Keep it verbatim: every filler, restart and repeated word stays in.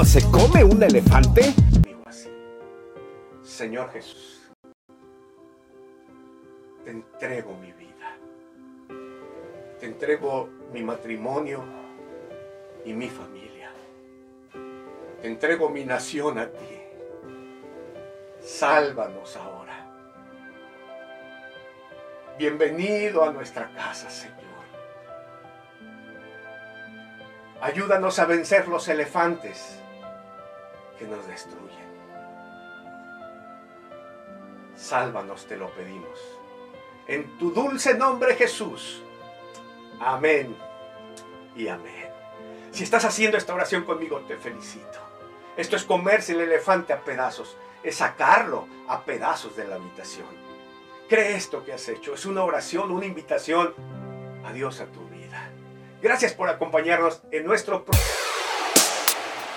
¿Cómo se come un elefante? Digo así: Señor Jesús, te entrego mi vida, te entrego mi matrimonio y mi familia, te entrego mi nación a ti. Sálvanos ahora. Bienvenido a nuestra casa, Señor. Ayúdanos a vencer los elefantes que nos destruyen. Sálvanos, te lo pedimos. En tu dulce nombre, Jesús. Amén y amén. Si estás haciendo esta oración conmigo, te felicito. Esto es comerse el elefante a pedazos, es sacarlo a pedazos de la habitación. Cree esto que has hecho, es una oración, una invitación a Dios a tu vida. Gracias por acompañarnos en nuestro próximo.